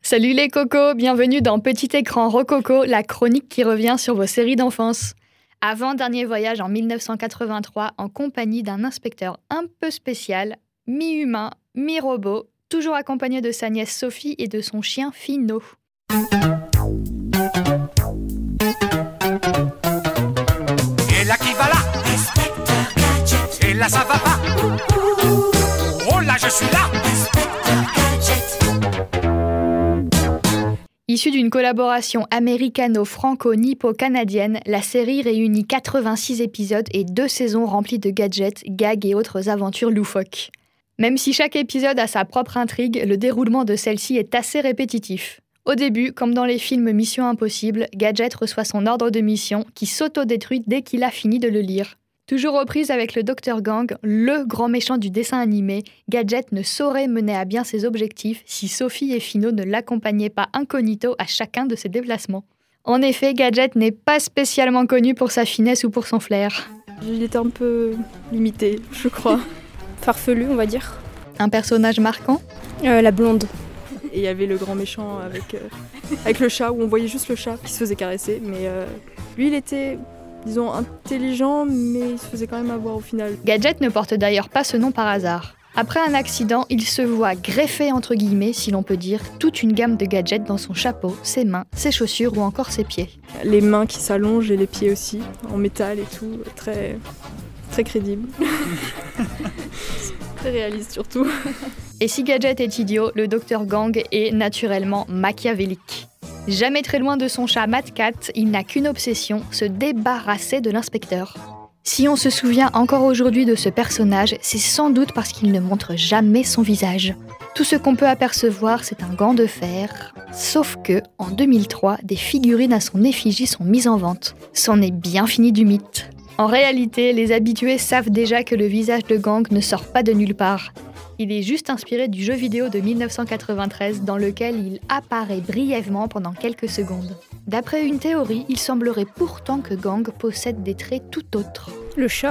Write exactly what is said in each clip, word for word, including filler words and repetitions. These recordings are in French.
Salut les cocos, bienvenue dans Petit Écran Rococo, la chronique qui revient sur vos séries d'enfance. Avant-dernier voyage en mille neuf cent quatre-vingt-trois en compagnie d'un inspecteur un peu spécial, mi-humain, mi-robot, toujours accompagné de sa nièce Sophie et de son chien Fino. Et là qui va là, Inspecteur Gadget. Et là ça va pas, oh là je suis là, Inspecteur Gadget. Issue d'une collaboration américano-franco-nippo-canadienne, la série réunit quatre-vingt-six épisodes et deux saisons remplies de gadgets, gags et autres aventures loufoques. Même si chaque épisode a sa propre intrigue, le déroulement de celle-ci est assez répétitif. Au début, comme dans les films Mission Impossible, Gadget reçoit son ordre de mission qui s'auto-détruit dès qu'il a fini de le lire. Toujours aux prises avec le docteur Gang, le grand méchant du dessin animé, Gadget ne saurait mener à bien ses objectifs si Sophie et Fino ne l'accompagnaient pas incognito à chacun de ses déplacements. En effet, Gadget n'est pas spécialement connu pour sa finesse ou pour son flair. Il était un peu limité, je crois. Farfelu, on va dire. Un personnage marquant ? euh, La blonde. Et il y avait le grand méchant avec, euh, avec le chat, où on voyait juste le chat qui se faisait caresser. Mais euh, lui, il était... disons, intelligent, mais il se faisait quand même avoir au final. Gadget ne porte d'ailleurs pas ce nom par hasard. Après un accident, il se voit greffer, entre guillemets, si l'on peut dire, toute une gamme de gadgets dans son chapeau, ses mains, ses chaussures ou encore ses pieds. Les mains qui s'allongent et les pieds aussi, en métal et tout, très, très crédible. Très réaliste surtout. Et si Gadget est idiot, le docteur Gang est naturellement machiavélique. Jamais très loin de son chat Mad Cat, il n'a qu'une obsession, se débarrasser de l'inspecteur. Si on se souvient encore aujourd'hui de ce personnage, c'est sans doute parce qu'il ne montre jamais son visage. Tout ce qu'on peut apercevoir, c'est un gant de fer. Sauf que, en deux mille trois, des figurines à son effigie sont mises en vente. C'en est bien fini du mythe. En réalité, les habitués savent déjà que le visage de Gang ne sort pas de nulle part. Il est juste inspiré du jeu vidéo de mille neuf cent quatre-vingt-treize dans lequel il apparaît brièvement pendant quelques secondes. D'après une théorie, il semblerait pourtant que Gang possède des traits tout autres. Le chat.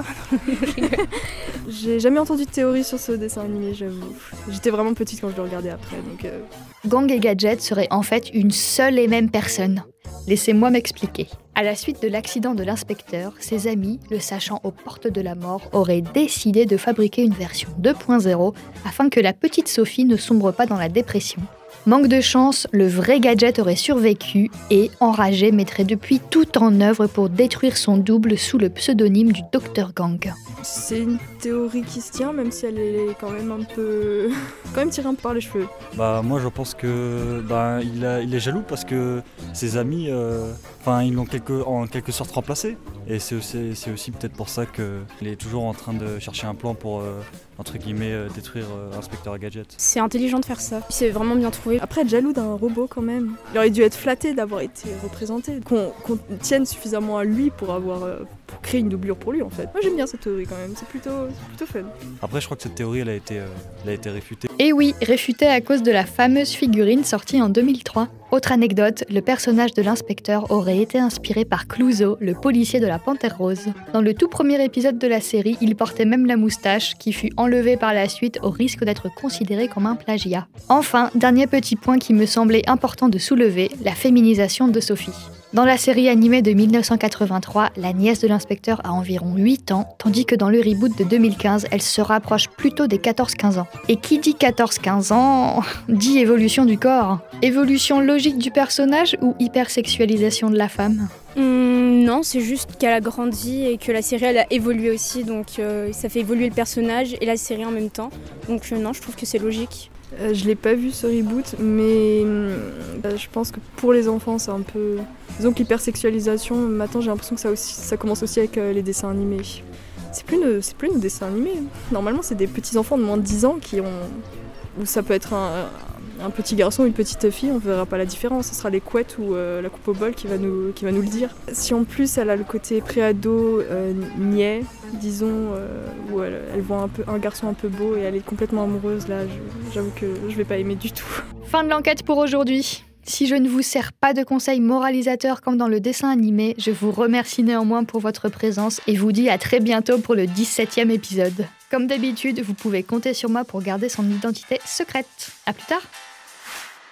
J'ai jamais entendu de théorie sur ce dessin animé, j'avoue. J'étais vraiment petite quand je le regardais après, donc... Euh... Gang et Gadget seraient en fait une seule et même personne. Laissez-moi m'expliquer. À la suite de l'accident de l'inspecteur, ses amis, le sachant aux portes de la mort, auraient décidé de fabriquer une version deux point zéro afin que la petite Sophie ne sombre pas dans la dépression. Manque de chance, le vrai Gadget aurait survécu et, enragé, mettrait depuis tout en œuvre pour détruire son double sous le pseudonyme du docteur Gang. C'est une théorie qui se tient, même si elle est quand même un peu... quand même tirée un peu par les cheveux. Bah moi je pense que bah, il, a, il est jaloux parce que ses amis, euh, enfin ils l'ont quelque, en quelque sorte remplacé. Et c'est aussi, c'est aussi peut-être pour ça qu'il est toujours en train de chercher un plan pour, euh, entre guillemets, euh, détruire euh, l'inspecteur Gadget. C'est intelligent de faire ça, il s'est vraiment bien trouvé. Après être jaloux d'un robot quand même. Il aurait dû être flatté d'avoir été représenté, qu'on, qu'on tienne suffisamment à lui pour, avoir, euh, pour créer une doublure pour lui en fait. Moi j'aime bien cette théorie quand même, c'est plutôt, c'est plutôt fun. Après je crois que cette théorie elle a été, euh, elle a été réfutée. Et oui, réfutée à cause de la fameuse figurine sortie en deux mille trois. Autre anecdote, le personnage de l'inspecteur aurait été inspiré par Clouseau, le policier de la Panthère Rose. Dans le tout premier épisode de la série, il portait même la moustache, qui fut enlevée par la suite au risque d'être considéré comme un plagiat. Enfin, dernier petit point qui me semblait important de soulever, la féminisation de Sophie. Dans la série animée de mille neuf cent quatre-vingt-trois, la nièce de l'inspecteur a environ huit ans, tandis que dans le reboot de deux mille quinze, elle se rapproche plutôt des quatorze quinze ans. Et qui dit quatorze quinze ans, dit évolution du corps. Évolution logique du personnage ou hypersexualisation de la femme ? Hum, non, c'est juste qu'elle a grandi et que la série elle a évolué aussi, donc euh, ça fait évoluer le personnage et la série en même temps. Donc euh, non, je trouve que c'est logique. Euh, je l'ai pas vu ce reboot, mais euh, je pense que pour les enfants c'est un peu... Disons que l'hypersexualisation, maintenant j'ai l'impression que ça, aussi, ça commence aussi avec euh, les dessins animés. C'est plus, une, c'est plus une dessin animé. Normalement c'est des petits enfants de moins de dix ans qui ont... Ou ça peut être un, un petit garçon ou une petite fille, on verra pas la différence. Ce sera les couettes ou euh, la coupe au bol qui va, nous, qui va nous le dire. Si en plus elle a le côté pré-ado, euh, niais, disons, euh, où elle, elle voit un, peu, un garçon un peu beau et elle est complètement amoureuse, là je, j'avoue que je vais pas aimer du tout. Fin de l'enquête pour aujourd'hui. Si je ne vous sers pas de conseils moralisateurs comme dans le dessin animé, je vous remercie néanmoins pour votre présence et vous dis à très bientôt pour le dix-septième épisode. Comme d'habitude, vous pouvez compter sur moi pour garder son identité secrète. À plus tard!